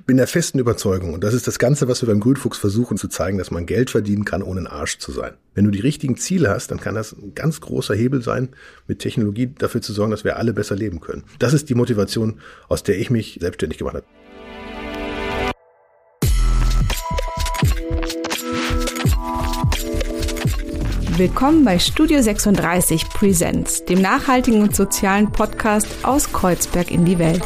bin der festen Überzeugung, und das ist das Ganze, was wir beim Grünfuchs versuchen zu zeigen, dass man Geld verdienen kann, ohne ein Arsch zu sein. Wenn du die richtigen Ziele hast, dann kann das ein ganz großer Hebel sein, mit Technologie dafür zu sorgen, dass wir alle besser leben können. Das ist die Motivation, aus der ich mich selbstständig gemacht habe. Willkommen bei Studio 36 Presents, dem nachhaltigen und sozialen Podcast aus Kreuzberg in die Welt.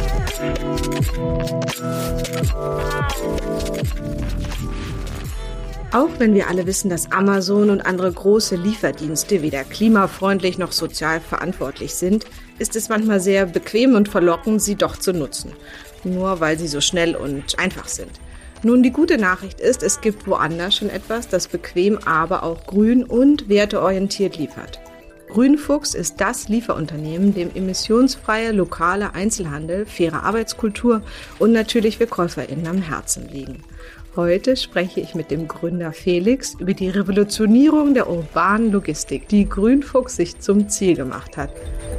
Auch wenn wir alle wissen, dass Amazon und andere große Lieferdienste weder klimafreundlich noch sozial verantwortlich sind, ist es manchmal sehr bequem und verlockend, sie doch zu nutzen. Nur weil sie so schnell und einfach sind. Nun, die gute Nachricht ist, es gibt woanders schon etwas, das bequem, aber auch grün und werteorientiert liefert. Grünfuchs ist das Lieferunternehmen, dem emissionsfreie lokale Einzelhandel, faire Arbeitskultur und natürlich wir KäuferInnen am Herzen liegen. Heute spreche ich mit dem Gründer Felix über die Revolutionierung der urbanen Logistik, die Grünfuchs sich zum Ziel gemacht hat.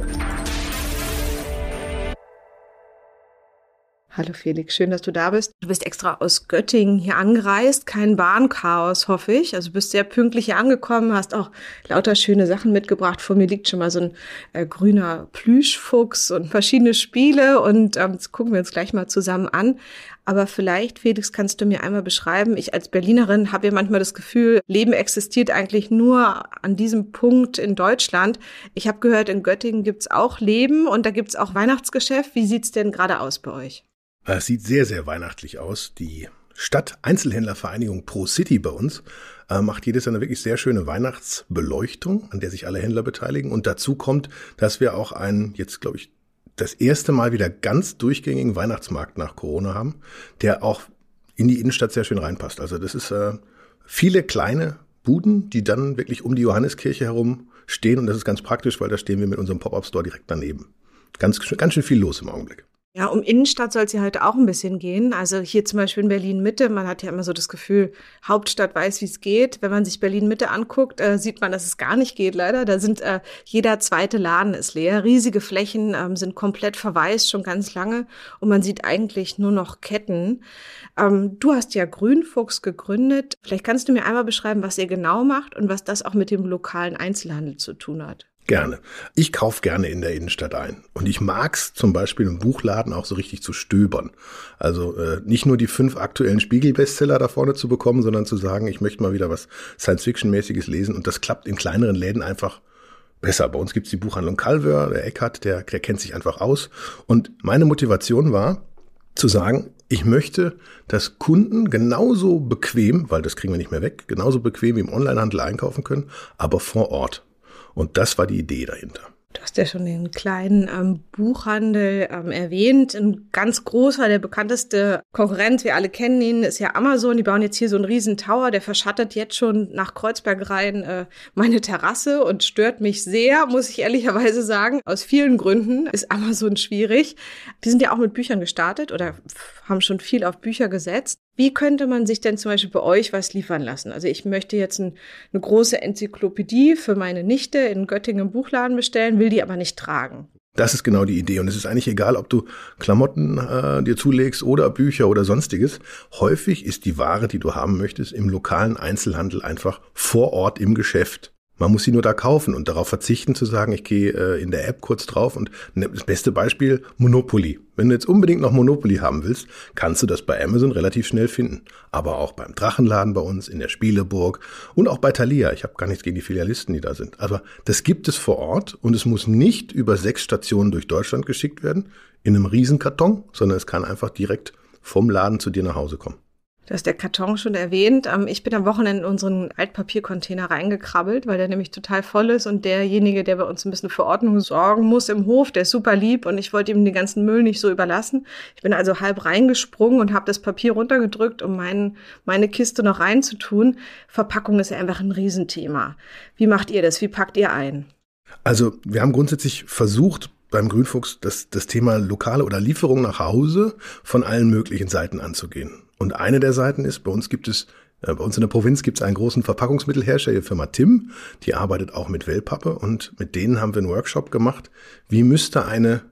Hallo Felix, schön, dass du da bist. Du bist extra aus Göttingen hier angereist, kein Bahnchaos, hoffe ich. Also bist sehr pünktlich hier angekommen, hast auch lauter schöne Sachen mitgebracht. Vor mir liegt schon mal so ein grüner Plüschfuchs und verschiedene Spiele und das gucken wir uns gleich mal zusammen an. Aber vielleicht, Felix, kannst du mir einmal beschreiben, ich als Berlinerin habe ja manchmal das Gefühl, Leben existiert eigentlich nur an diesem Punkt in Deutschland. Ich habe gehört, in Göttingen gibt's auch Leben und da gibt's auch Weihnachtsgeschäft. Wie sieht's denn gerade aus bei euch? Es sieht sehr, sehr weihnachtlich aus. Die Stadt-Einzelhändlervereinigung Pro City bei uns macht jedes Jahr eine wirklich sehr schöne Weihnachtsbeleuchtung, an der sich alle Händler beteiligen. Und dazu kommt, dass wir auch einen, jetzt glaube ich, das erste Mal wieder ganz durchgängigen Weihnachtsmarkt nach Corona haben, der auch in die Innenstadt sehr schön reinpasst. Also das ist viele kleine Buden, die dann wirklich um die Johanneskirche herum stehen. Und das ist ganz praktisch, weil da stehen wir mit unserem Pop-Up-Store direkt daneben. Ganz schön viel los im Augenblick. Ja, um Innenstadt soll es ja heute auch ein bisschen gehen. Also hier zum Beispiel in Berlin-Mitte, man hat ja immer so das Gefühl, Hauptstadt weiß, wie es geht. Wenn man sich Berlin-Mitte anguckt, sieht man, dass es gar nicht geht, leider. Da sind jeder zweite Laden ist leer. Riesige Flächen sind komplett verwaist, schon ganz lange. Und man sieht eigentlich nur noch Ketten. Du hast ja Grünfuchs gegründet. Vielleicht kannst du mir einmal beschreiben, was ihr genau macht und was das auch mit dem lokalen Einzelhandel zu tun hat. Gerne. Ich kaufe gerne in der Innenstadt ein. Und ich mag's zum Beispiel im Buchladen auch so richtig zu stöbern. Also nicht nur die 5 aktuellen Spiegel-Bestseller da vorne zu bekommen, sondern zu sagen, ich möchte mal wieder was Science-Fiction-mäßiges lesen. Und das klappt in kleineren Läden einfach besser. Bei uns gibt's die Buchhandlung Calvör, der Eckhard, der kennt sich einfach aus. Und meine Motivation war, zu sagen, ich möchte, dass Kunden genauso bequem, weil das kriegen wir nicht mehr weg, genauso bequem wie im Onlinehandel einkaufen können, aber vor Ort. Und das war die Idee dahinter. Du hast ja schon den kleinen Buchhandel erwähnt. Ein ganz großer, der bekannteste Konkurrent, wir alle kennen ihn, ist ja Amazon. Die bauen jetzt hier so einen riesen Tower, der verschattet jetzt schon nach Kreuzberg rein meine Terrasse und stört mich sehr, muss ich ehrlicherweise sagen. Aus vielen Gründen ist Amazon schwierig. Die sind ja auch mit Büchern gestartet oder haben schon viel auf Bücher gesetzt. Wie könnte man sich denn zum Beispiel bei euch was liefern lassen? Also ich möchte jetzt eine große Enzyklopädie für meine Nichte in Göttingen im Buchladen bestellen, will die aber nicht tragen. Das ist genau die Idee. Und es ist eigentlich egal, ob du Klamotten dir zulegst oder Bücher oder sonstiges. Häufig ist die Ware, die du haben möchtest, im lokalen Einzelhandel einfach vor Ort im Geschäft. Man muss sie nur da kaufen und darauf verzichten zu sagen, ich gehe in der App kurz drauf und das beste Beispiel, Monopoly. Wenn du jetzt unbedingt noch Monopoly haben willst, kannst du das bei Amazon relativ schnell finden. Aber auch beim Drachenladen bei uns, in der Spieleburg und auch bei Thalia. Ich habe gar nichts gegen die Filialisten, die da sind. Aber das gibt es vor Ort und es muss nicht über 6 Stationen durch Deutschland geschickt werden, in einem Riesenkarton, sondern es kann einfach direkt vom Laden zu dir nach Hause kommen. Du hast der Karton schon erwähnt. Ich bin am Wochenende in unseren Altpapiercontainer reingekrabbelt, weil der nämlich total voll ist und derjenige, der bei uns ein bisschen für Ordnung sorgen muss im Hof, der ist super lieb und ich wollte ihm den ganzen Müll nicht so überlassen. Ich bin also halb reingesprungen und habe das Papier runtergedrückt, um meine Kiste noch reinzutun. Verpackung ist ja einfach ein Riesenthema. Wie macht ihr das? Wie packt ihr ein? Also wir haben grundsätzlich versucht, beim Grünfuchs das Thema lokale oder Lieferung nach Hause von allen möglichen Seiten anzugehen. Und eine der Seiten ist, bei uns in der Provinz gibt es einen großen Verpackungsmittelhersteller, die Firma Tim, die arbeitet auch mit Wellpappe und mit denen haben wir einen Workshop gemacht, wie müsste eine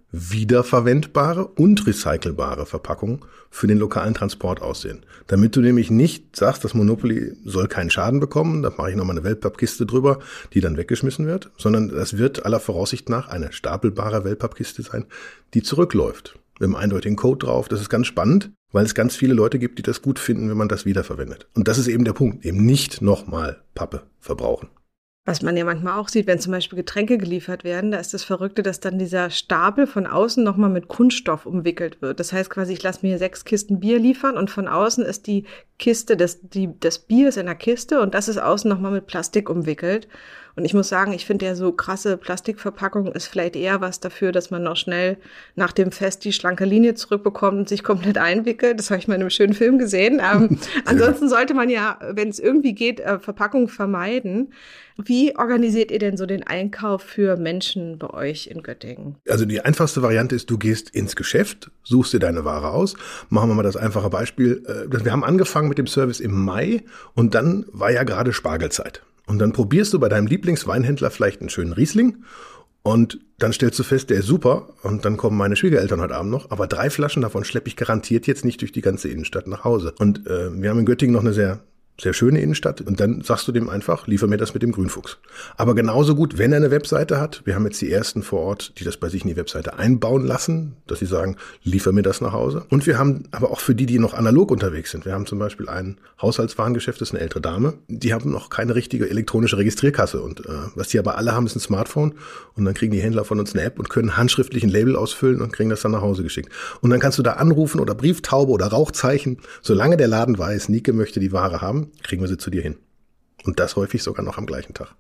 wiederverwendbare und recycelbare Verpackungen für den lokalen Transport aussehen. Damit du nämlich nicht sagst, das Monopoly soll keinen Schaden bekommen, da mache ich nochmal eine Wellpappkiste drüber, die dann weggeschmissen wird, sondern das wird aller Voraussicht nach eine stapelbare Wellpappkiste sein, die zurückläuft. Mit einem eindeutigen Code drauf. Das ist ganz spannend, weil es ganz viele Leute gibt, die das gut finden, wenn man das wiederverwendet. Und das ist eben der Punkt, eben nicht nochmal Pappe verbrauchen. Was man ja manchmal auch sieht, wenn zum Beispiel Getränke geliefert werden, da ist das Verrückte, dass dann dieser Stapel von außen nochmal mit Kunststoff umwickelt wird. Das heißt quasi, ich lasse mir 6 Kisten Bier liefern und von außen ist die Kiste, das Bier ist in der Kiste und das ist außen nochmal mit Plastik umwickelt. Und ich muss sagen, ich finde ja so krasse Plastikverpackung ist vielleicht eher was dafür, dass man noch schnell nach dem Fest die schlanke Linie zurückbekommt und sich komplett einwickelt. Das habe ich mal in einem schönen Film gesehen. Ansonsten sollte man ja, wenn es irgendwie geht, Verpackung vermeiden. Wie organisiert ihr denn so den Einkauf für Menschen bei euch in Göttingen? Also die einfachste Variante ist, du gehst ins Geschäft, suchst dir deine Ware aus. Machen wir mal das einfache Beispiel. Wir haben angefangen mit dem Service im Mai und dann war ja gerade Spargelzeit. Und dann probierst du bei deinem Lieblingsweinhändler vielleicht einen schönen Riesling und dann stellst du fest, der ist super und dann kommen meine Schwiegereltern heute Abend noch, aber 3 Flaschen davon schleppe ich garantiert jetzt nicht durch die ganze Innenstadt nach Hause. Und wir haben in Göttingen noch eine sehr schöne Innenstadt und dann sagst du dem einfach, liefer mir das mit dem Grünfuchs. Aber genauso gut, wenn er eine Webseite hat, wir haben jetzt die ersten vor Ort, die das bei sich in die Webseite einbauen lassen, dass sie sagen, liefer mir das nach Hause. Und wir haben aber auch für die noch analog unterwegs sind. Wir haben zum Beispiel ein Haushaltswarengeschäft, das ist eine ältere Dame, die haben noch keine richtige elektronische Registrierkasse und was die aber alle haben, ist ein Smartphone und dann kriegen die Händler von uns eine App und können handschriftlich ein Label ausfüllen und kriegen das dann nach Hause geschickt. Und dann kannst du da anrufen oder Brieftaube oder Rauchzeichen, solange der Laden weiß, Nike möchte die Ware haben, kriegen wir sie zu dir hin. Und das häufig sogar noch am gleichen Tag.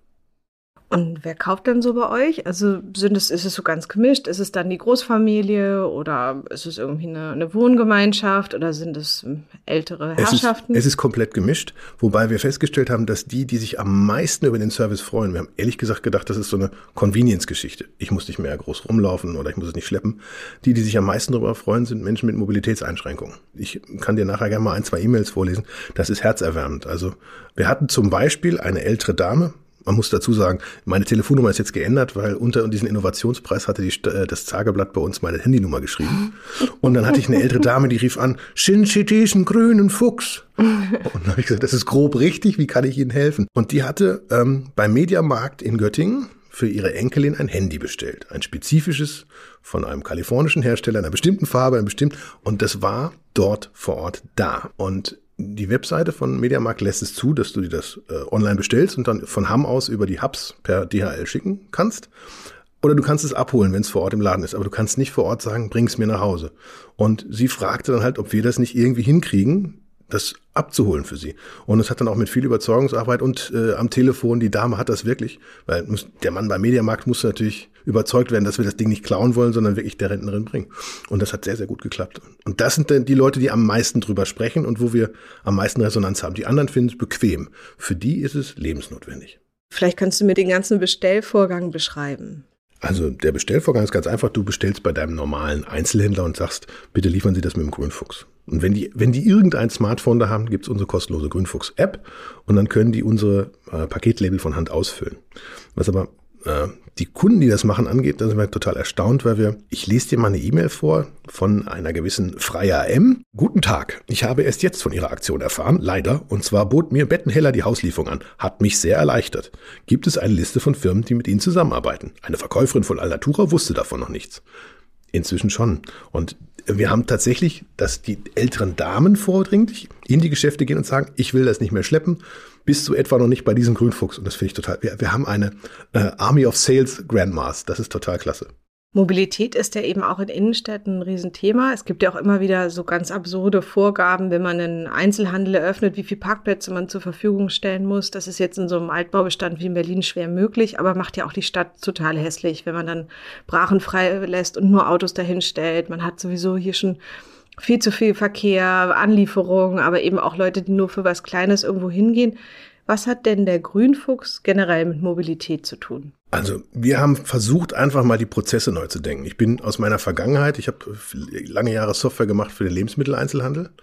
Und wer kauft dann so bei euch? Also ist es so ganz gemischt? Ist es dann die Großfamilie oder ist es irgendwie eine Wohngemeinschaft oder sind es ältere Herrschaften? Es ist komplett gemischt, wobei wir festgestellt haben, dass die sich am meisten über den Service freuen. Wir haben ehrlich gesagt gedacht, das ist so eine Convenience-Geschichte. Ich muss nicht mehr groß rumlaufen oder ich muss es nicht schleppen. Die sich am meisten darüber freuen, sind Menschen mit Mobilitätseinschränkungen. Ich kann dir nachher gerne mal 1, 2 E-Mails vorlesen. Das ist herzerwärmend. Also wir hatten zum Beispiel eine ältere Dame. Man muss dazu sagen, meine Telefonnummer ist jetzt geändert, weil unter diesem Innovationspreis hatte das Tageblatt bei uns meine Handynummer geschrieben. Und dann hatte ich eine ältere Dame, die rief an, Shinshitischen grünen Fuchs. Und dann habe ich gesagt, das ist grob richtig, wie kann ich Ihnen helfen? Und die hatte beim Mediamarkt in Göttingen für ihre Enkelin ein Handy bestellt. Ein spezifisches von einem kalifornischen Hersteller, einer bestimmten Farbe, und das war dort vor Ort da. Und die Webseite von Mediamarkt lässt es zu, dass du dir das online bestellst und dann von Hamm aus über die Hubs per DHL schicken kannst. Oder du kannst es abholen, wenn es vor Ort im Laden ist. Aber du kannst nicht vor Ort sagen, bring es mir nach Hause. Und sie fragte dann halt, ob wir das nicht irgendwie hinkriegen, das abzuholen für sie. Und es hat dann auch mit viel Überzeugungsarbeit und am Telefon, die Dame hat das wirklich, weil der Mann beim Mediamarkt musste natürlich überzeugt werden, dass wir das Ding nicht klauen wollen, sondern wirklich der Rentnerin bringen. Und das hat sehr, sehr gut geklappt. Und das sind dann die Leute, die am meisten drüber sprechen und wo wir am meisten Resonanz haben. Die anderen finden es bequem. Für die ist es lebensnotwendig. Vielleicht kannst du mir den ganzen Bestellvorgang beschreiben. Also der Bestellvorgang ist ganz einfach. Du bestellst bei deinem normalen Einzelhändler und sagst, bitte liefern Sie das mit dem Grünfuchs. Und wenn die irgendein Smartphone da haben, gibt's unsere kostenlose Grünfuchs-App und dann können die unsere Paketlabel von Hand ausfüllen. Was aber die Kunden, die das machen, angeht, da sind wir total erstaunt, weil ich lese dir mal eine E-Mail vor von einer gewissen Freier M. Guten Tag, ich habe erst jetzt von Ihrer Aktion erfahren, leider, und zwar bot mir Bettenheller die Hauslieferung an, hat mich sehr erleichtert. Gibt es eine Liste von Firmen, die mit Ihnen zusammenarbeiten? Eine Verkäuferin von Alnatura wusste davon noch nichts. Inzwischen schon. Und wir haben tatsächlich, dass die älteren Damen vordringlich in die Geschäfte gehen und sagen, ich will das nicht mehr schleppen, bist du etwa noch nicht bei diesem Grünfuchs. Und das finde ich total, wir haben eine Army of Sales Grandmas, das ist total klasse. Mobilität ist ja eben auch in Innenstädten ein Riesenthema. Es gibt ja auch immer wieder so ganz absurde Vorgaben, wenn man einen Einzelhandel eröffnet, wie viele Parkplätze man zur Verfügung stellen muss. Das ist jetzt in so einem Altbaubestand wie in Berlin schwer möglich, aber macht ja auch die Stadt total hässlich, wenn man dann Brachen frei lässt und nur Autos dahin stellt. Man hat sowieso hier schon viel zu viel Verkehr, Anlieferungen, aber eben auch Leute, die nur für was Kleines irgendwo hingehen. Was hat denn der Grünfuchs generell mit Mobilität zu tun? Also wir haben versucht, einfach mal die Prozesse neu zu denken. Ich bin aus meiner Vergangenheit, ich habe lange Jahre Software gemacht für den Lebensmitteleinzelhandel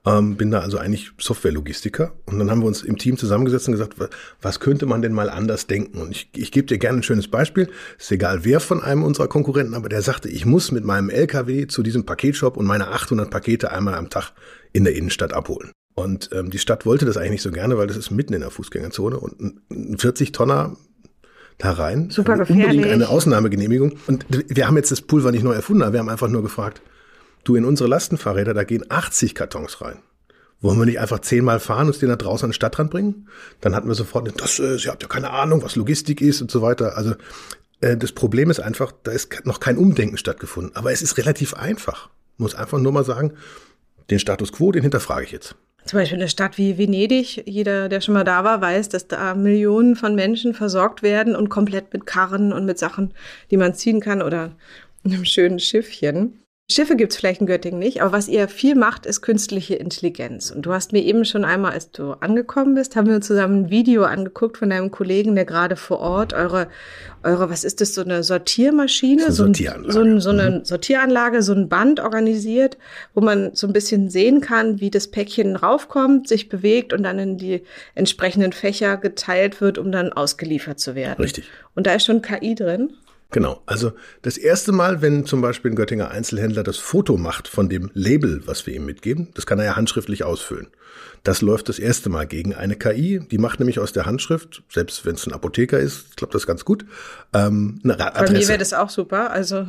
Bin da also eigentlich Software-Logistiker. Und dann haben wir uns im Team zusammengesetzt und gesagt, was könnte man denn mal anders denken? Und ich gebe dir gerne ein schönes Beispiel. Ist egal, wer von einem unserer Konkurrenten, aber der sagte, ich muss mit meinem LKW zu diesem Paketshop und meine 800 Pakete einmal am Tag in der Innenstadt abholen. Und die Stadt wollte das eigentlich nicht so gerne, weil das ist mitten in der Fußgängerzone und ein 40-Tonner da rein. Super gefährlich. Unbedingt eine Ausnahmegenehmigung. Und wir haben jetzt das Pulver nicht neu erfunden, aber wir haben einfach nur gefragt, du, in unsere Lastenfahrräder, da gehen 80 Kartons rein. Wollen wir nicht einfach 10-mal fahren und uns den da draußen an den Stadtrand bringen? Dann hatten wir sofort, ihr habt ja keine Ahnung, was Logistik ist und so weiter. Also das Problem ist einfach, da ist noch kein Umdenken stattgefunden. Aber es ist relativ einfach. Muss einfach nur mal sagen, den Status quo, den hinterfrage ich jetzt. Zum Beispiel eine Stadt wie Venedig, jeder, der schon mal da war, weiß, dass da Millionen von Menschen versorgt werden und komplett mit Karren und mit Sachen, die man ziehen kann oder einem schönen Schiffchen. Schiffe gibt's vielleicht in Göttingen nicht, aber was ihr viel macht, ist künstliche Intelligenz. Und du hast mir eben schon einmal, als du angekommen bist, haben wir uns zusammen ein Video angeguckt von deinem Kollegen, der gerade vor Ort eure, was ist das, so eine Sortiermaschine? So eine Sortieranlage, so ein Band organisiert, wo man so ein bisschen sehen kann, wie das Päckchen raufkommt, sich bewegt und dann in die entsprechenden Fächer geteilt wird, um dann ausgeliefert zu werden. Richtig. Und da ist schon KI drin. Genau, also das erste Mal, wenn zum Beispiel ein Göttinger Einzelhändler das Foto macht von dem Label, was wir ihm mitgeben, das kann er ja handschriftlich ausfüllen. Das läuft das erste Mal gegen eine KI, die macht nämlich aus der Handschrift, selbst wenn es ein Apotheker ist, klappt das ganz gut, eine Adresse. Bei mir wäre das auch super, also.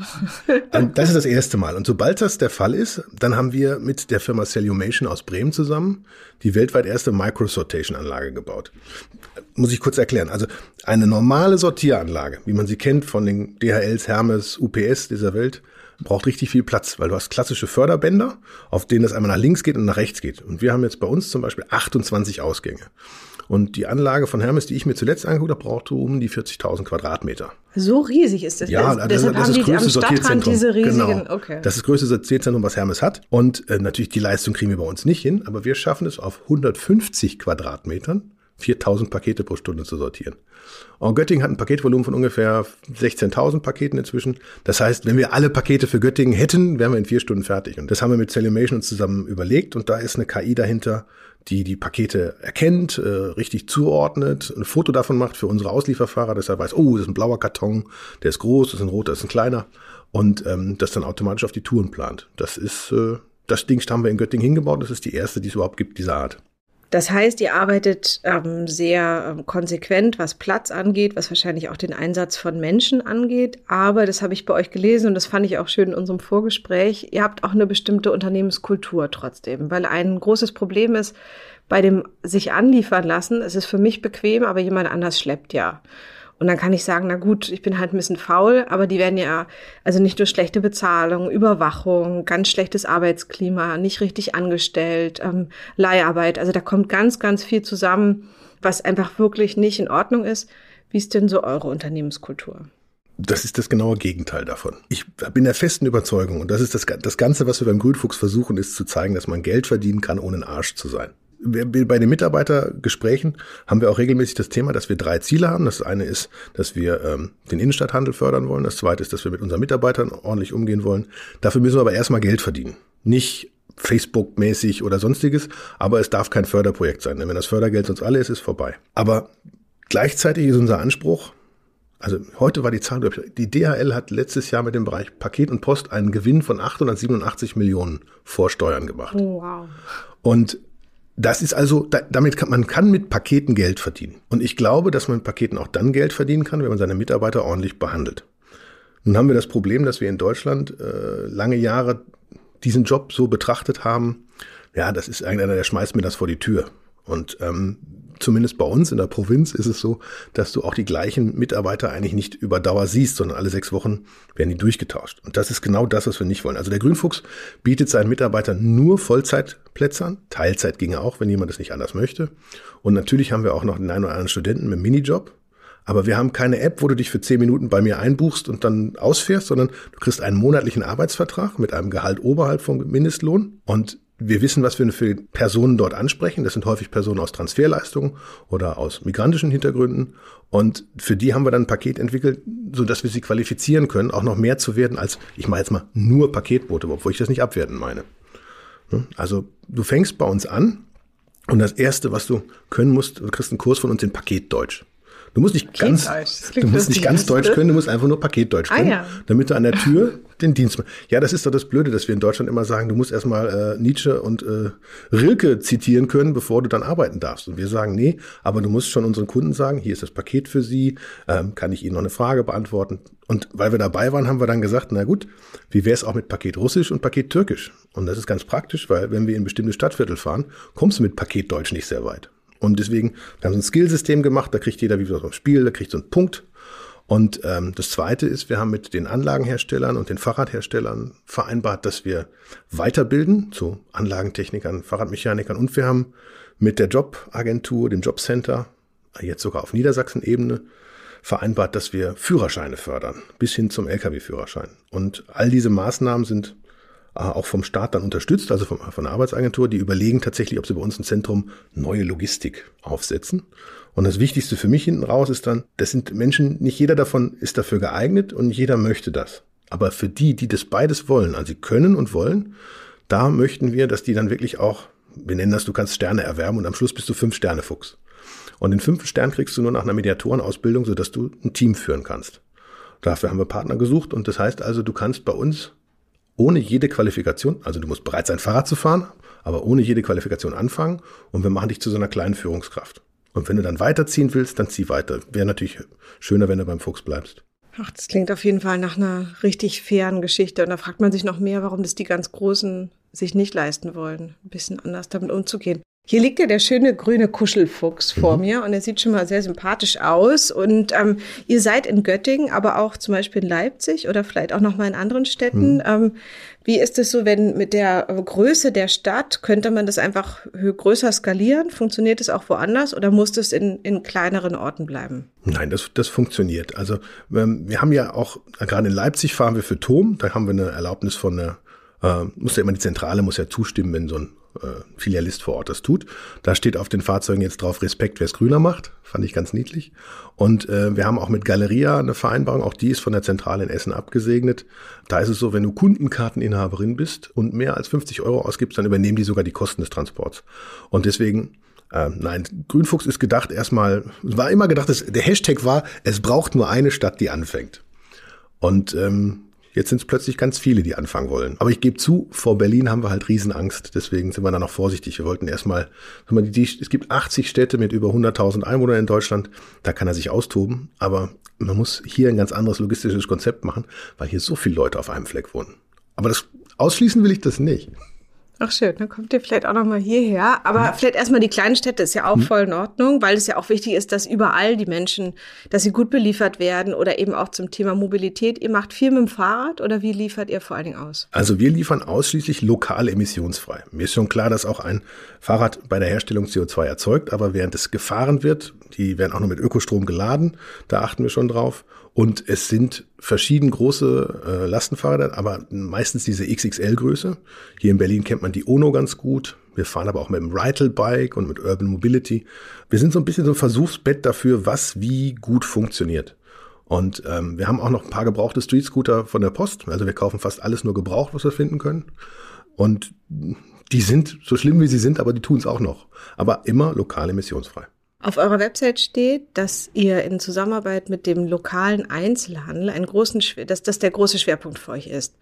Das ist das erste Mal. Und sobald das der Fall ist, dann haben wir mit der Firma Cellumation aus Bremen zusammen die weltweit erste Microsortation-Anlage gebaut. Muss ich kurz erklären. Also eine normale Sortieranlage, wie man sie kennt von den DHLs, Hermes, UPS dieser Welt, braucht richtig viel Platz, weil du hast klassische Förderbänder, auf denen das einmal nach links geht und nach rechts geht. Und wir haben jetzt bei uns zum Beispiel 28 Ausgänge. Und die Anlage von Hermes, die ich mir zuletzt angeguckt habe, brauchte um die 40.000 Quadratmeter. So riesig ist das. Ja, deshalb das haben ist das größte am Stadtrand diese riesigen, genau. Okay. Das ist das größte Sortierzentrum, was Hermes hat. Und natürlich die Leistung kriegen wir bei uns nicht hin, aber wir schaffen es auf 150 Quadratmetern 4.000 Pakete pro Stunde zu sortieren. Und Göttingen hat ein Paketvolumen von ungefähr 16.000 Paketen inzwischen. Das heißt, wenn wir alle Pakete für Göttingen hätten, wären wir in 4 Stunden fertig. Und das haben wir mit Cellumation uns zusammen überlegt. Und da ist eine KI dahinter, die die Pakete erkennt, richtig zuordnet, ein Foto davon macht für unsere Auslieferfahrer, dass er weiß, oh, das ist ein blauer Karton, der ist groß, das ist ein roter, das ist ein kleiner. Und das dann automatisch auf die Touren plant. Das Ding haben wir in Göttingen hingebaut. Das ist die erste, die es überhaupt gibt, dieser Art. Das heißt, ihr arbeitet sehr konsequent, was Platz angeht, was wahrscheinlich auch den Einsatz von Menschen angeht. Aber das habe ich bei euch gelesen und das fand ich auch schön in unserem Vorgespräch. Ihr habt auch eine bestimmte Unternehmenskultur trotzdem, weil ein großes Problem ist, bei dem sich anliefern lassen, es ist für mich bequem, aber jemand anders schleppt ja. Und dann kann ich sagen, na gut, ich bin halt ein bisschen faul, aber die werden ja, also nicht nur schlechte Bezahlung, Überwachung, ganz schlechtes Arbeitsklima, nicht richtig angestellt, Leiharbeit. Also da kommt ganz, ganz viel zusammen, was einfach wirklich nicht in Ordnung ist. Wie ist denn so eure Unternehmenskultur? Das ist das genaue Gegenteil davon. Ich bin der festen Überzeugung, und das ist das Ganze, was wir beim Grünfuchs versuchen, ist zu zeigen, dass man Geld verdienen kann, ohne ein Arsch zu sein. Bei den Mitarbeitergesprächen haben wir auch regelmäßig das Thema, dass wir 3 Ziele haben. Das eine ist, dass wir den Innenstadthandel fördern wollen. Das zweite ist, dass wir mit unseren Mitarbeitern ordentlich umgehen wollen. Dafür müssen wir aber erstmal Geld verdienen. Nicht Facebook-mäßig oder sonstiges, aber es darf kein Förderprojekt sein. Denn wenn das Fördergeld uns alle ist, ist vorbei. Aber gleichzeitig ist unser Anspruch, also heute war die Zahl, die DHL hat letztes Jahr mit dem Bereich Paket und Post einen Gewinn von 887 Millionen vor Steuern gemacht. Wow. Und das ist also, man kann mit Paketen Geld verdienen. Und ich glaube, dass man mit Paketen auch dann Geld verdienen kann, wenn man seine Mitarbeiter ordentlich behandelt. Nun haben wir das Problem, dass wir in Deutschland lange Jahre diesen Job so betrachtet haben, ja, das ist irgendeiner, der schmeißt mir das vor die Tür. Und zumindest bei uns in der Provinz ist es so, dass du auch die gleichen Mitarbeiter eigentlich nicht über Dauer siehst, sondern alle 6 Wochen werden die durchgetauscht. Und das ist genau das, was wir nicht wollen. Also der Grünfuchs bietet seinen Mitarbeitern nur Vollzeitplätze an. Teilzeit ginge auch, wenn jemand es nicht anders möchte. Und natürlich haben wir auch noch den einen oder anderen Studenten mit einem Minijob. Aber wir haben keine App, wo du dich für 10 Minuten bei mir einbuchst und dann ausfährst, sondern du kriegst einen monatlichen Arbeitsvertrag mit einem Gehalt oberhalb vom Mindestlohn. Und wir wissen, was wir für Personen dort ansprechen. Das sind häufig Personen aus Transferleistungen oder aus migrantischen Hintergründen. Und für die haben wir dann ein Paket entwickelt, sodass wir sie qualifizieren können, auch noch mehr zu werden als, ich mache jetzt mal nur Paketboote, obwohl ich das nicht abwertend meine. Also du fängst bei uns an und das Erste, was du können musst, du kriegst einen Kurs von uns in Paketdeutsch. Du musst nicht ganz Deutsch können, du musst einfach nur Paketdeutsch können, damit du an der Tür den Dienst machst. Ja, das ist doch das Blöde, dass wir in Deutschland immer sagen, du musst erstmal Nietzsche und Rilke zitieren können, bevor du dann arbeiten darfst. Und wir sagen, nee, aber du musst schon unseren Kunden sagen, hier ist das Paket für Sie, kann ich Ihnen noch eine Frage beantworten? Und weil wir dabei waren, haben wir dann gesagt, na gut, wie wäre es auch mit Paket Russisch und Paket Türkisch? Und das ist ganz praktisch, weil wenn wir in bestimmte Stadtviertel fahren, kommst du mit Paketdeutsch nicht sehr weit. Und deswegen haben wir ein Skillsystem gemacht, da kriegt jeder wie so ein Spiel, da kriegt so einen Punkt. Und das Zweite ist, wir haben mit den Anlagenherstellern und den Fahrradherstellern vereinbart, dass wir weiterbilden zu Anlagentechnikern, Fahrradmechanikern. Und wir haben mit der Jobagentur, dem Jobcenter, jetzt sogar auf Niedersachsen-Ebene, vereinbart, dass wir Führerscheine fördern, bis hin zum Lkw-Führerschein. Und all diese Maßnahmen sind auch vom Staat dann unterstützt, also von der Arbeitsagentur, die überlegen tatsächlich, ob sie bei uns ein Zentrum neue Logistik aufsetzen. Und das Wichtigste für mich hinten raus ist dann, das sind Menschen, nicht jeder davon ist dafür geeignet und nicht jeder möchte das. Aber für die das beides wollen, also sie können und wollen, da möchten wir, dass die dann wirklich auch, wir nennen das, du kannst Sterne erwerben und am Schluss bist du 5-Sterne-Fuchs. Und den 5. Stern kriegst du nur nach einer Mediatorenausbildung, sodass du ein Team führen kannst. Dafür haben wir Partner gesucht und das heißt also, du kannst bei uns ohne jede Qualifikation, also du musst bereit sein, Fahrrad zu fahren, aber ohne jede Qualifikation anfangen und wir machen dich zu so einer kleinen Führungskraft. Und wenn du dann weiterziehen willst, dann zieh weiter. Wäre natürlich schöner, wenn du beim Fuchs bleibst. Ach, das klingt auf jeden Fall nach einer richtig fairen Geschichte. Und da fragt man sich noch mehr, warum das die ganz Großen sich nicht leisten wollen, ein bisschen anders damit umzugehen. Hier liegt ja der schöne grüne Kuschelfuchs vor mir und er sieht schon mal sehr sympathisch aus. Und ihr seid in Göttingen, aber auch zum Beispiel in Leipzig oder vielleicht auch noch mal in anderen Städten. Wie ist es so, wenn mit der Größe der Stadt, könnte man das einfach größer skalieren? Funktioniert es auch woanders oder muss das in kleineren Orten bleiben? Nein, das funktioniert. Also wir haben ja auch, gerade in Leipzig fahren wir für TOM, da haben wir eine Erlaubnis von der, die Zentrale muss ja zustimmen, wenn so ein Filialist vor Ort das tut. Da steht auf den Fahrzeugen jetzt drauf, Respekt, wer es grüner macht. Fand ich ganz niedlich. Und wir haben auch mit Galeria eine Vereinbarung, auch die ist von der Zentrale in Essen abgesegnet. Da ist es so, wenn du Kundenkarteninhaberin bist und mehr als 50 € ausgibst, dann übernehmen die sogar die Kosten des Transports. Und deswegen, nein, Grünfuchs ist gedacht erstmal, war immer gedacht, der Hashtag war, es braucht nur eine Stadt, die anfängt. Und jetzt sind es plötzlich ganz viele, die anfangen wollen. Aber ich gebe zu, vor Berlin haben wir halt Riesenangst. Deswegen sind wir da noch vorsichtig. Wir wollten erstmal, es gibt 80 Städte mit über 100.000 Einwohnern in Deutschland. Da kann er sich austoben. Aber man muss hier ein ganz anderes logistisches Konzept machen, weil hier so viele Leute auf einem Fleck wohnen. Aber ausschließen will ich das nicht. Ach schön, dann kommt ihr vielleicht auch noch mal hierher. Aber vielleicht erstmal die kleinen Städte ist ja auch voll in Ordnung, weil es ja auch wichtig ist, dass überall die Menschen, dass sie gut beliefert werden oder eben auch zum Thema Mobilität. Ihr macht viel mit dem Fahrrad oder wie liefert ihr vor allen Dingen aus? Also wir liefern ausschließlich lokal emissionsfrei. Mir ist schon klar, dass auch ein Fahrrad bei der Herstellung CO2 erzeugt, aber während es gefahren wird, die werden auch noch mit Ökostrom geladen, da achten wir schon drauf. Und es sind verschieden große Lastenfahrräder, aber meistens diese XXL-Größe. Hier in Berlin kennt man die Ono ganz gut. Wir fahren aber auch mit dem Rytle-Bike und mit Urban Mobility. Wir sind so ein bisschen so ein Versuchsbett dafür, was wie gut funktioniert. Und wir haben auch noch ein paar gebrauchte Street-Scooter von der Post. Also wir kaufen fast alles nur gebraucht, was wir finden können. Und die sind so schlimm, wie sie sind, aber die tun es auch noch. Aber immer lokal emissionsfrei. Auf eurer Website steht, dass ihr in Zusammenarbeit mit dem lokalen Einzelhandel dass das der große Schwerpunkt für euch ist.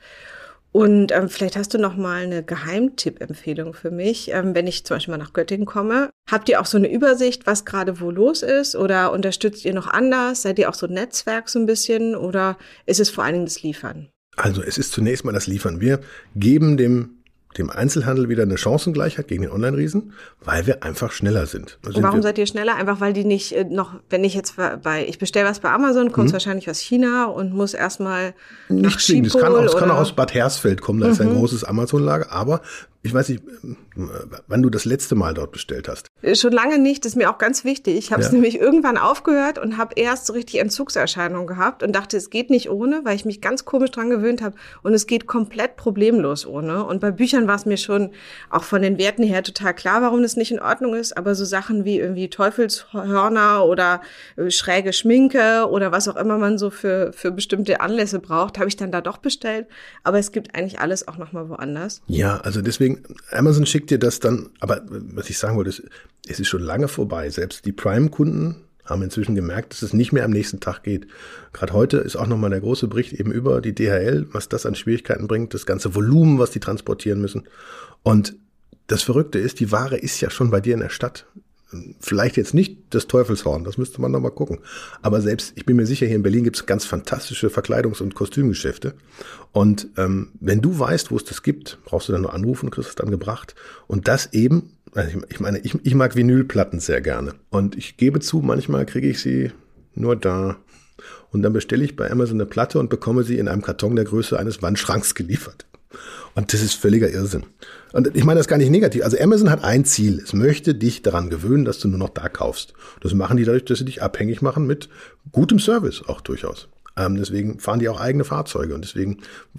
Und vielleicht hast du noch mal eine Geheimtipp-Empfehlung für mich, wenn ich zum Beispiel mal nach Göttingen komme. Habt ihr auch so eine Übersicht, was gerade wo los ist? Oder unterstützt ihr noch anders? Seid ihr auch so ein Netzwerk so ein bisschen? Oder ist es vor allen Dingen das Liefern? Also es ist zunächst mal das Liefern. Wir geben dem Einzelhandel wieder eine Chancengleichheit gegen den Online-Riesen, weil wir einfach schneller sind. Und warum seid ihr schneller? Einfach weil die nicht wenn ich jetzt ich bestelle was bei Amazon, kommt es wahrscheinlich aus China und muss erstmal nach Schiphol. Es kann auch aus Bad Hersfeld kommen, da ist ein großes Amazon-Lager, aber ich weiß nicht, wann du das letzte Mal dort bestellt hast. Schon lange nicht, das ist mir auch ganz wichtig. Ich habe es nämlich irgendwann aufgehört und habe erst so richtig Entzugserscheinungen gehabt und dachte, es geht nicht ohne, weil ich mich ganz komisch dran gewöhnt habe und es geht komplett problemlos ohne. Und bei Büchern war es mir schon auch von den Werten her total klar, warum das nicht in Ordnung ist, aber so Sachen wie irgendwie Teufelshörner oder schräge Schminke oder was auch immer man so für bestimmte Anlässe braucht, habe ich dann da doch bestellt. Aber es gibt eigentlich alles auch nochmal woanders. Ja, also deswegen deswegen, Amazon schickt dir das dann, aber was ich sagen wollte, es ist schon lange vorbei. Selbst die Prime-Kunden haben inzwischen gemerkt, dass es nicht mehr am nächsten Tag geht. Gerade heute ist auch nochmal der große Bericht eben über die DHL, was das an Schwierigkeiten bringt, das ganze Volumen, was die transportieren müssen. Und das Verrückte ist, die Ware ist ja schon bei dir in der Stadt. Vielleicht jetzt nicht das Teufelshorn, das müsste man noch mal gucken. Aber selbst, ich bin mir sicher, hier in Berlin gibt es ganz fantastische Verkleidungs- und Kostümgeschäfte. Und wenn du weißt, wo es das gibt, brauchst du dann nur anrufen und kriegst es dann gebracht. Und das eben, also ich mag Vinylplatten sehr gerne. Und ich gebe zu, manchmal kriege ich sie nur da. Und dann bestelle ich bei Amazon eine Platte und bekomme sie in einem Karton der Größe eines Wandschranks geliefert. Und das ist völliger Irrsinn. Und ich meine das gar nicht negativ. Also Amazon hat ein Ziel. Es möchte dich daran gewöhnen, dass du nur noch da kaufst. Das machen die dadurch, dass sie dich abhängig machen mit gutem Service auch durchaus. Deswegen fahren die auch eigene Fahrzeuge. Und deswegen,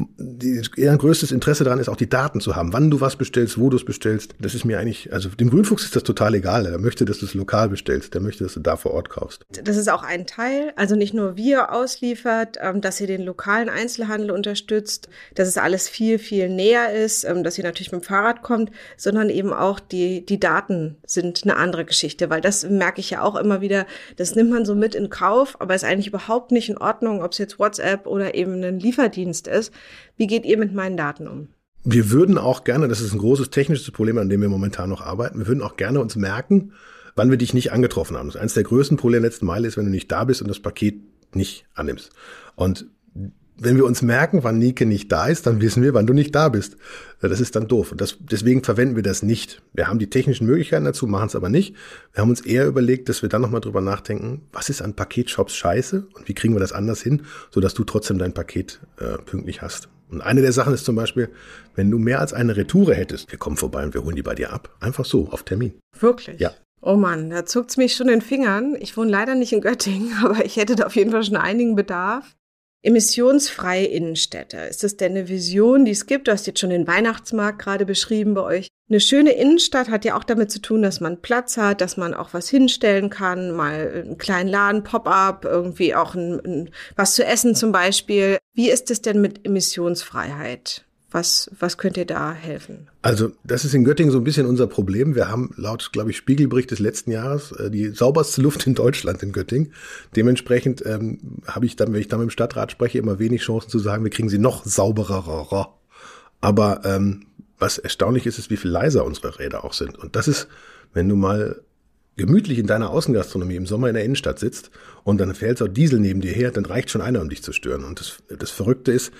ihr größtes Interesse daran ist auch die Daten zu haben. Wann du was bestellst, wo du es bestellst. Das ist mir eigentlich, also dem Grünfuchs ist das total egal. Der möchte, dass du es lokal bestellst. Der möchte, dass du da vor Ort kaufst. Das ist auch ein Teil. Also nicht nur wir ausliefert, dass ihr den lokalen Einzelhandel unterstützt, dass es alles viel, viel näher ist, dass ihr natürlich mit dem Fahrrad kommt, sondern eben auch die Daten sind eine andere Geschichte. Weil das merke ich ja auch immer wieder, das nimmt man so mit in Kauf, aber ist eigentlich überhaupt nicht in Ordnung, ob es jetzt WhatsApp oder eben ein Lieferdienst ist. Wie geht ihr mit meinen Daten um? Wir würden auch gerne, das ist ein großes technisches Problem, an dem wir momentan noch arbeiten, wir würden auch gerne uns merken, wann wir dich nicht angetroffen haben. Das ist eines der größten Probleme letzten Meile ist, wenn du nicht da bist und das Paket nicht annimmst. Und wenn wir uns merken, wann Nike nicht da ist, dann wissen wir, wann du nicht da bist. Das ist dann doof. Und deswegen verwenden wir das nicht. Wir haben die technischen Möglichkeiten dazu, machen es aber nicht. Wir haben uns eher überlegt, dass wir dann nochmal drüber nachdenken, was ist an Paketshops scheiße und wie kriegen wir das anders hin, sodass du trotzdem dein Paket pünktlich hast. Und eine der Sachen ist zum Beispiel, wenn du mehr als eine Retoure hättest, wir kommen vorbei und wir holen die bei dir ab. Einfach so, auf Termin. Wirklich? Ja. Oh Mann, da zuckt's mich schon in den Fingern. Ich wohne leider nicht in Göttingen, aber ich hätte da auf jeden Fall schon einigen Bedarf. Emissionsfreie Innenstädte. Ist das denn eine Vision, die es gibt? Du hast jetzt schon den Weihnachtsmarkt gerade beschrieben bei euch. Eine schöne Innenstadt hat ja auch damit zu tun, dass man Platz hat, dass man auch was hinstellen kann, mal einen kleinen Laden, Pop-up, irgendwie auch was zu essen zum Beispiel. Wie ist es denn mit Emissionsfreiheit? Was könnt ihr da helfen? Also das ist in Göttingen so ein bisschen unser Problem. Wir haben laut, glaube ich, Spiegelbericht des letzten Jahres die sauberste Luft in Deutschland in Göttingen. Dementsprechend habe ich dann, wenn ich dann mit dem Stadtrat spreche, immer wenig Chancen zu sagen, wir kriegen sie noch sauberer. Aber was erstaunlich ist, wie viel leiser unsere Räder auch sind. Und das ist, wenn du mal gemütlich in deiner Außengastronomie im Sommer in der Innenstadt sitzt und dann fährt auch Diesel neben dir her, dann reicht schon einer, um dich zu stören. Und das Verrückte ist,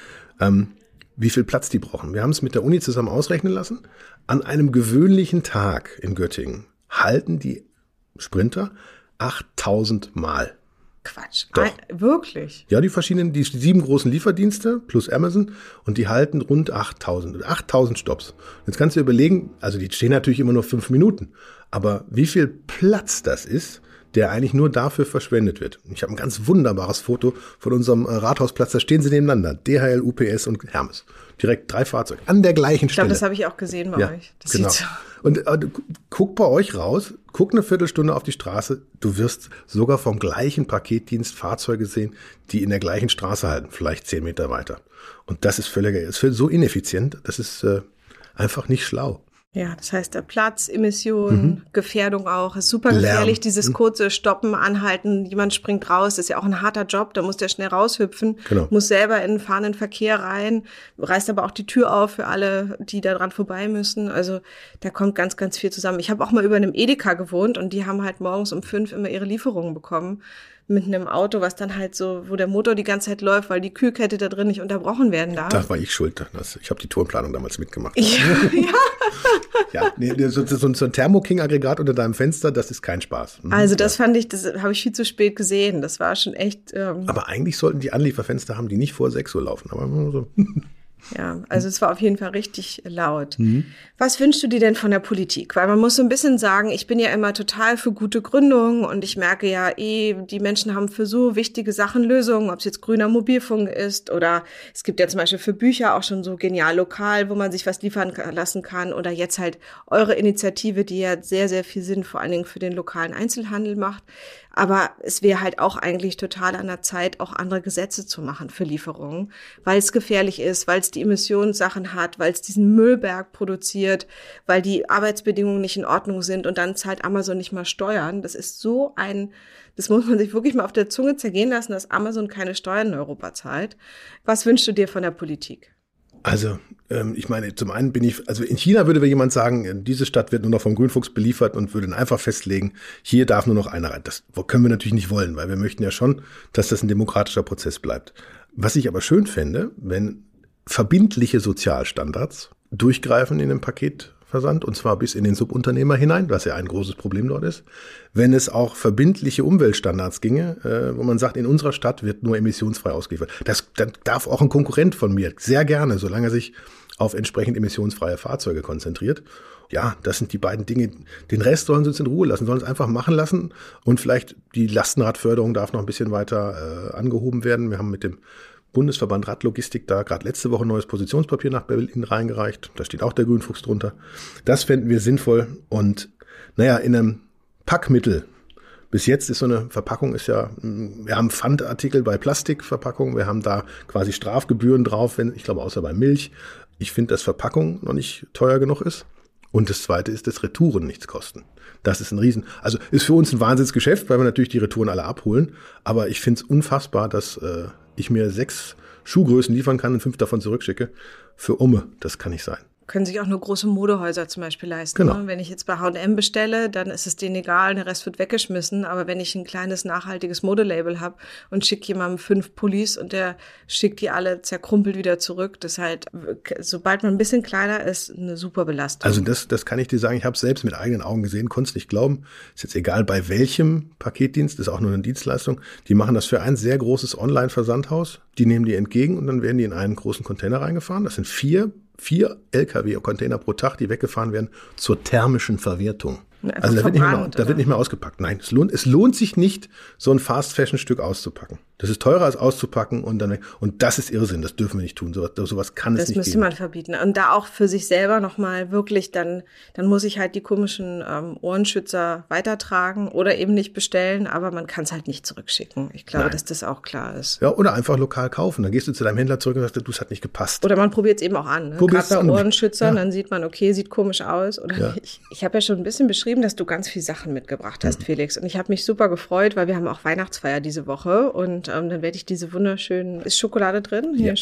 wie viel Platz die brauchen. Wir haben es mit der Uni zusammen ausrechnen lassen. An einem gewöhnlichen Tag in Göttingen halten die Sprinter 8000 Mal. Quatsch. Doch. Wirklich? Ja, die 7 großen Lieferdienste plus Amazon und die halten rund 8000 Stopps. Jetzt kannst du dir überlegen, also die stehen natürlich immer nur 5 Minuten, aber wie viel Platz das ist, der eigentlich nur dafür verschwendet wird. Ich habe ein ganz wunderbares Foto von unserem Rathausplatz, da stehen sie nebeneinander, DHL, UPS und Hermes. Direkt 3 Fahrzeuge, an der gleichen Stelle. Ich glaube, das habe ich auch gesehen bei euch. Das genau. Und guck bei euch raus, guck eine Viertelstunde auf die Straße, du wirst sogar vom gleichen Paketdienst Fahrzeuge sehen, die in der gleichen Straße halten, vielleicht 10 Meter weiter. Und das ist so ineffizient, das ist einfach nicht schlau. Ja, das heißt, der Platz, Emissionen, Gefährdung auch. Ist super gefährlich, dieses kurze Stoppen, Anhalten. Jemand springt raus, das ist ja auch ein harter Job. Da muss der schnell raushüpfen, muss selber in den fahrenden Verkehr rein, reißt aber auch die Tür auf für alle, die da dran vorbei müssen. Also da kommt ganz, ganz viel zusammen. Ich habe auch mal über einem Edeka gewohnt und die haben halt morgens um 5 immer ihre Lieferungen bekommen. Mit einem Auto, was dann halt so, wo der Motor die ganze Zeit läuft, weil die Kühlkette da drin nicht unterbrochen werden darf. Da war ich schuld. Ich habe die Tourenplanung damals mitgemacht. Ja, so ein Thermo-King-Aggregat unter deinem Fenster, das ist kein Spaß. Also das fand ich, das habe ich viel zu spät gesehen. Das war schon echt... Aber eigentlich sollten die Anlieferfenster haben, die nicht vor 6 Uhr laufen. Aber so. Ja, also es war auf jeden Fall richtig laut. Was wünschst du dir denn von der Politik? Weil man muss so ein bisschen sagen, ich bin ja immer total für gute Gründungen und ich merke ja die Menschen haben für so wichtige Sachen Lösungen, ob es jetzt grüner Mobilfunk ist oder es gibt ja zum Beispiel für Bücher auch schon so genial lokal, wo man sich was liefern lassen kann oder jetzt halt eure Initiative, die ja sehr, sehr viel Sinn vor allen Dingen für den lokalen Einzelhandel macht. Aber es wäre halt auch eigentlich total an der Zeit, auch andere Gesetze zu machen für Lieferungen, weil es gefährlich ist, weil es die Emissionssachen hat, weil es diesen Müllberg produziert, weil die Arbeitsbedingungen nicht in Ordnung sind und dann zahlt Amazon nicht mal Steuern. Das ist das muss man sich wirklich mal auf der Zunge zergehen lassen, dass Amazon keine Steuern in Europa zahlt. Was wünschst du dir von der Politik? Also, ich meine, zum einen also in China würde jemand sagen, diese Stadt wird nur noch vom Grünfuchs beliefert und würde dann einfach festlegen, hier darf nur noch einer rein. Das können wir natürlich nicht wollen, weil wir möchten ja schon, dass das ein demokratischer Prozess bleibt. Was ich aber schön fände, wenn verbindliche Sozialstandards durchgreifen in dem Paketversand, und zwar bis in den Subunternehmer hinein, was ja ein großes Problem dort ist. Wenn es auch verbindliche Umweltstandards ginge, wo man sagt, in unserer Stadt wird nur emissionsfrei ausgeliefert. Dann darf auch ein Konkurrent von mir sehr gerne, solange er sich auf entsprechend emissionsfreie Fahrzeuge konzentriert. Ja, das sind die beiden Dinge. Den Rest sollen sie uns in Ruhe lassen, sollen es einfach machen lassen. Und vielleicht die Lastenradförderung darf noch ein bisschen weiter angehoben werden. Wir haben mit dem Bundesverband Radlogistik da gerade letzte Woche ein neues Positionspapier nach Berlin reingereicht. Da steht auch der Grünfuchs drunter. Das fänden wir sinnvoll. Und naja, in einem Packmittel. Bis jetzt ist so eine Verpackung wir haben Pfandartikel bei Plastikverpackungen, wir haben da quasi Strafgebühren drauf, ich glaube außer bei Milch. Ich finde, dass Verpackung noch nicht teuer genug ist. Und das Zweite ist, dass Retouren nichts kosten. Das ist also ist für uns ein Wahnsinnsgeschäft, weil wir natürlich die Retouren alle abholen. Aber ich finde es unfassbar, dass ich mir 6 Schuhgrößen liefern kann und 5 davon zurückschicke. Für das kann nicht sein. Können sich auch nur große Modehäuser zum Beispiel leisten. Genau. Ne? Wenn ich jetzt bei H&M bestelle, dann ist es denen egal, der Rest wird weggeschmissen. Aber wenn ich ein kleines, nachhaltiges Modelabel habe und schicke jemandem 5 Pullis und der schickt die alle zerkrumpelt wieder zurück, das ist halt, sobald man ein bisschen kleiner ist, eine super Belastung. Also das kann ich dir sagen, ich habe es selbst mit eigenen Augen gesehen, konnte es nicht glauben. Ist jetzt egal bei welchem Paketdienst, ist auch nur eine Dienstleistung. Die machen das für ein sehr großes Online-Versandhaus. Die nehmen die entgegen und dann werden die in einen großen Container reingefahren. Das sind 4 LKW-Container pro Tag, die weggefahren werden zur thermischen Verwertung. Also da wird nicht mehr ausgepackt. Nein, es lohnt sich nicht, so ein Fast-Fashion-Stück auszupacken. Das ist teurer als auszupacken und dann weg. Und das ist Irrsinn, das dürfen wir nicht tun. Sowas kann es nicht geben. Das müsste man verbieten. Und da auch für sich selber nochmal wirklich, dann muss ich halt die komischen Ohrenschützer weitertragen oder eben nicht bestellen, aber man kann es halt nicht zurückschicken. Ich glaube, dass das auch klar ist. Ja, oder einfach lokal kaufen. Dann gehst du zu deinem Händler zurück und sagst, es hat nicht gepasst. Oder man probiert es eben auch an. Ne? Gerade bei Ohrenschützern, dann sieht man, okay, sieht komisch aus oder nicht. Ich habe ja schon ein bisschen beschrieben, dass du ganz viele Sachen mitgebracht hast, Felix. Und ich habe mich super gefreut, weil wir haben auch Weihnachtsfeier diese Woche. Und dann werde ich diese wunderschönen, ist Schokolade drin? Hier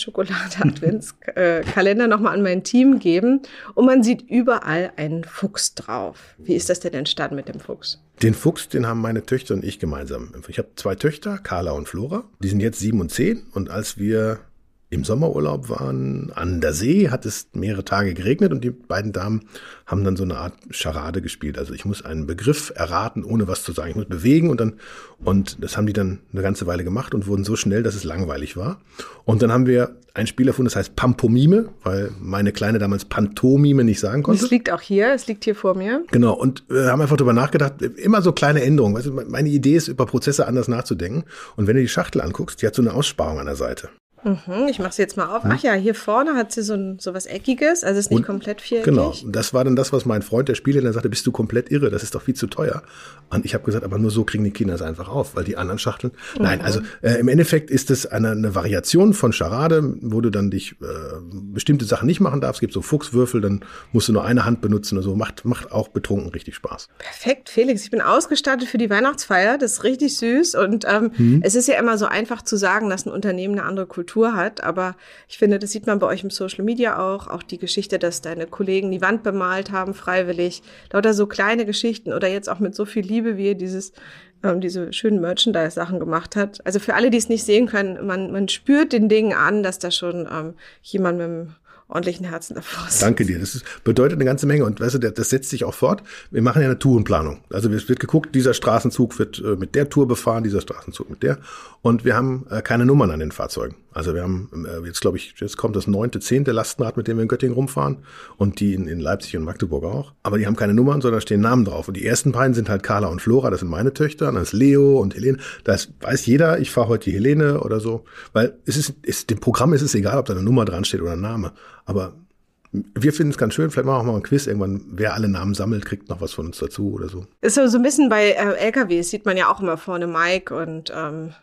Schokolade-Adventskalender nochmal an mein Team geben. Und man sieht überall einen Fuchs drauf. Wie ist das denn entstanden mit dem Fuchs? Den Fuchs, den haben meine Töchter und ich gemeinsam. Ich habe 2 Töchter, Carla und Flora. Die sind jetzt 7 und 10. Und als wir im Sommerurlaub waren an der See, hat es mehrere Tage geregnet und die beiden Damen haben dann so eine Art Charade gespielt. Also ich muss einen Begriff erraten, ohne was zu sagen. Ich muss bewegen und das haben die dann eine ganze Weile gemacht und wurden so schnell, dass es langweilig war. Und dann haben wir ein Spiel erfunden, das heißt Pampomime, weil meine Kleine damals Pantomime nicht sagen konnte. Es liegt hier vor mir. Genau, und wir haben einfach darüber nachgedacht, immer so kleine Änderungen. Weißt du, meine Idee ist, über Prozesse anders nachzudenken. Und wenn du die Schachtel anguckst, die hat so eine Aussparung an der Seite. Ich mache sie jetzt mal auf. Ach ja, hier vorne hat sie so was Eckiges, also ist nicht komplett viereckig. Genau, das war dann das, was mein Freund, der Spielhändler, sagte, bist du komplett irre, das ist doch viel zu teuer. Und ich habe gesagt, aber nur so kriegen die Kinder es einfach auf, weil die anderen Schachteln. Nein, also im Endeffekt ist es eine Variation von Charade, wo du dann bestimmte Sachen nicht machen darfst. Es gibt so Fuchswürfel, dann musst du nur eine Hand benutzen und so. Macht auch betrunken richtig Spaß. Perfekt, Felix. Ich bin ausgestattet für die Weihnachtsfeier. Das ist richtig süß. Und es ist ja immer so einfach zu sagen, dass ein Unternehmen eine andere Kultur hat, aber ich finde, das sieht man bei euch im Social Media auch die Geschichte, dass deine Kollegen die Wand bemalt haben, freiwillig, lauter so kleine Geschichten oder jetzt auch mit so viel Liebe, wie ihr diese schönen Merchandise-Sachen gemacht hat. Also für alle, die es nicht sehen können, man spürt den Dingen an, dass da schon jemand mit einem ordentlichen Herzen davor ist. Danke dir. Das bedeutet eine ganze Menge. Und weißt du, das setzt sich auch fort. Wir machen ja eine Tourenplanung. Also es wird geguckt, dieser Straßenzug wird mit der Tour befahren, dieser Straßenzug mit der. Und wir haben keine Nummern an den Fahrzeugen. Also wir haben jetzt kommt das 9., 10. Lastenrad, mit dem wir in Göttingen rumfahren. Und die in Leipzig und Magdeburg auch. Aber die haben keine Nummern, sondern stehen Namen drauf. Und die ersten beiden sind halt Carla und Flora, das sind meine Töchter. Und dann ist Leo und Helene. Das weiß jeder, ich fahre heute die Helene oder so. Weil dem Programm ist es egal, ob da eine Nummer dran steht oder ein Name. Aber Wir finden es ganz schön, vielleicht machen wir mal ein Quiz irgendwann, wer alle Namen sammelt, kriegt noch was von uns dazu oder so. Ist so ein bisschen bei LKWs, sieht man ja auch immer vorne Mike und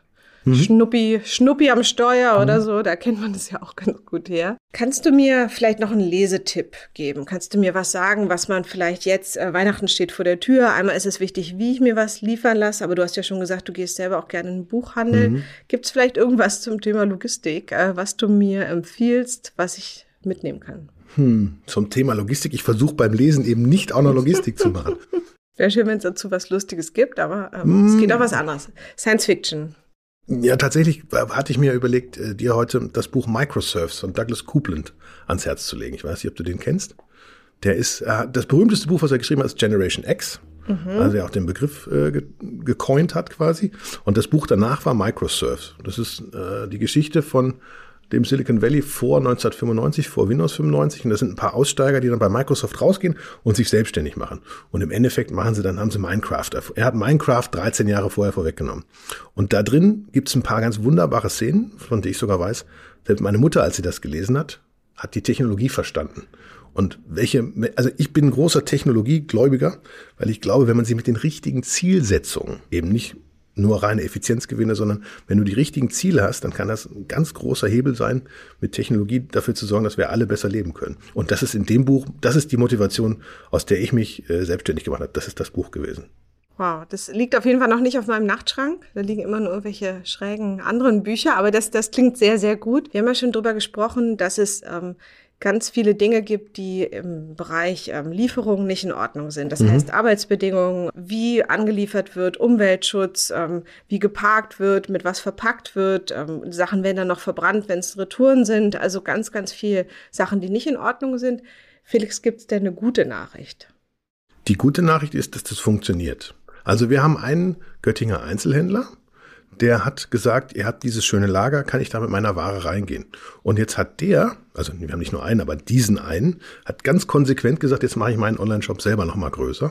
Schnuppi am Steuer oder so, da kennt man das ja auch ganz gut her. Kannst du mir vielleicht noch einen Lesetipp geben? Kannst du mir was sagen, was man vielleicht jetzt, Weihnachten steht vor der Tür, einmal ist es wichtig, wie ich mir was liefern lasse, aber du hast ja schon gesagt, du gehst selber auch gerne in den Buchhandel. Gibt es vielleicht irgendwas zum Thema Logistik, was du mir empfiehlst, was ich mitnehmen kann? Zum Thema Logistik, ich versuche beim Lesen eben nicht auch noch Logistik zu machen. Wäre schön, wenn es dazu was Lustiges gibt, aber es geht auch was anderes. Science Fiction. Ja, tatsächlich hatte ich mir überlegt, dir heute das Buch Microserves von Douglas Coupland ans Herz zu legen. Ich weiß nicht, ob du den kennst. Der ist, das berühmteste Buch, was er geschrieben hat, ist Generation X. Also er auch den Begriff gecoint hat quasi. Und das Buch danach war Microserves. Das ist die Geschichte von dem Silicon Valley vor 1995, vor Windows 95. Und das sind ein paar Aussteiger, die dann bei Microsoft rausgehen und sich selbstständig machen. Und im Endeffekt haben sie Minecraft. Er hat Minecraft 13 Jahre vorher vorweggenommen. Und da drin gibt es ein paar ganz wunderbare Szenen, von denen ich sogar weiß, selbst meine Mutter, als sie das gelesen hat, hat die Technologie verstanden. Und also ich bin ein großer Technologiegläubiger, weil ich glaube, wenn man sie mit den richtigen Zielsetzungen, eben nicht nur reine Effizienzgewinne, sondern wenn du die richtigen Ziele hast, dann kann das ein ganz großer Hebel sein, mit Technologie dafür zu sorgen, dass wir alle besser leben können. Und das ist in dem Buch, das ist die Motivation, aus der ich mich selbstständig gemacht habe. Das ist das Buch gewesen. Wow, das liegt auf jeden Fall noch nicht auf meinem Nachtschrank. Da liegen immer nur irgendwelche schrägen anderen Bücher, aber das klingt sehr, sehr gut. Wir haben ja schon drüber gesprochen, dass es ganz viele Dinge gibt, die im Bereich Lieferung nicht in Ordnung sind. Das heißt Arbeitsbedingungen, wie angeliefert wird, Umweltschutz, wie geparkt wird, mit was verpackt wird. Sachen werden dann noch verbrannt, wenn es Retouren sind. Also ganz, ganz viele Sachen, die nicht in Ordnung sind. Felix, gibt es denn eine gute Nachricht? Die gute Nachricht ist, dass das funktioniert. Also wir haben einen Göttinger Einzelhändler, der hat gesagt, ihr habt dieses schöne Lager, kann ich da mit meiner Ware reingehen? Und jetzt hat also wir haben nicht nur einen, aber diesen einen, hat ganz konsequent gesagt, jetzt mache ich meinen Online-Shop selber noch mal größer.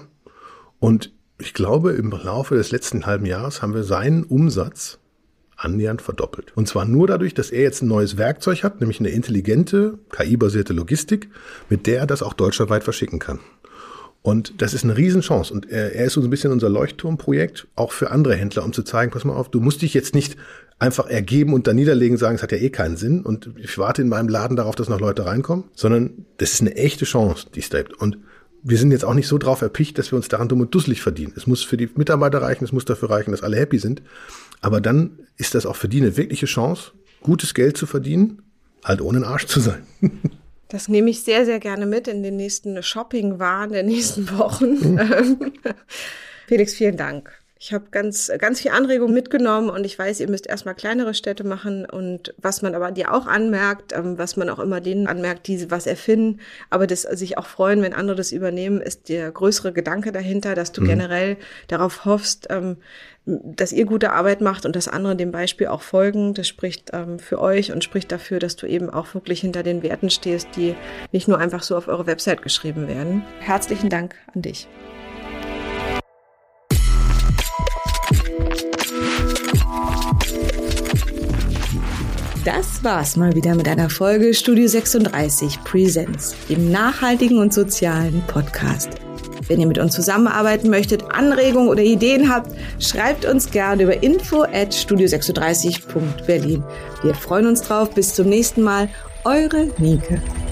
Und ich glaube, im Laufe des letzten halben Jahres haben wir seinen Umsatz annähernd verdoppelt. Und zwar nur dadurch, dass er jetzt ein neues Werkzeug hat, nämlich eine intelligente, KI-basierte Logistik, mit der er das auch deutschlandweit verschicken kann. Und das ist eine Riesenchance. Und er ist so ein bisschen unser Leuchtturmprojekt, auch für andere Händler, um zu zeigen, pass mal auf, du musst dich jetzt nicht einfach ergeben und dann niederlegen, sagen, es hat ja eh keinen Sinn und ich warte in meinem Laden darauf, dass noch Leute reinkommen, sondern das ist eine echte Chance, die es da gibt. Und wir sind jetzt auch nicht so drauf erpicht, dass wir uns daran dumm und dusselig verdienen. Es muss für die Mitarbeiter reichen, es muss dafür reichen, dass alle happy sind. Aber dann ist das auch für die eine wirkliche Chance, gutes Geld zu verdienen, halt ohne ein Arsch zu sein. Das nehme ich sehr, sehr gerne mit in den nächsten Shopping-Waren der nächsten Wochen. Felix, vielen Dank. Ich habe ganz, ganz viel Anregung mitgenommen und ich weiß, ihr müsst erstmal kleinere Städte machen und was man aber dir auch anmerkt, was man auch immer denen anmerkt, die was erfinden, aber das sich auch freuen, wenn andere das übernehmen, ist der größere Gedanke dahinter, dass du generell darauf hoffst, dass ihr gute Arbeit macht und dass andere dem Beispiel auch folgen. Das spricht für euch und spricht dafür, dass du eben auch wirklich hinter den Werten stehst, die nicht nur einfach so auf eure Website geschrieben werden. Herzlichen Dank an dich. Das war's mal wieder mit einer Folge Studio 36 Presents, dem nachhaltigen und sozialen Podcast. Wenn ihr mit uns zusammenarbeiten möchtet, Anregungen oder Ideen habt, schreibt uns gerne über info@studio36.berlin. Wir freuen uns drauf. Bis zum nächsten Mal. Eure Nike.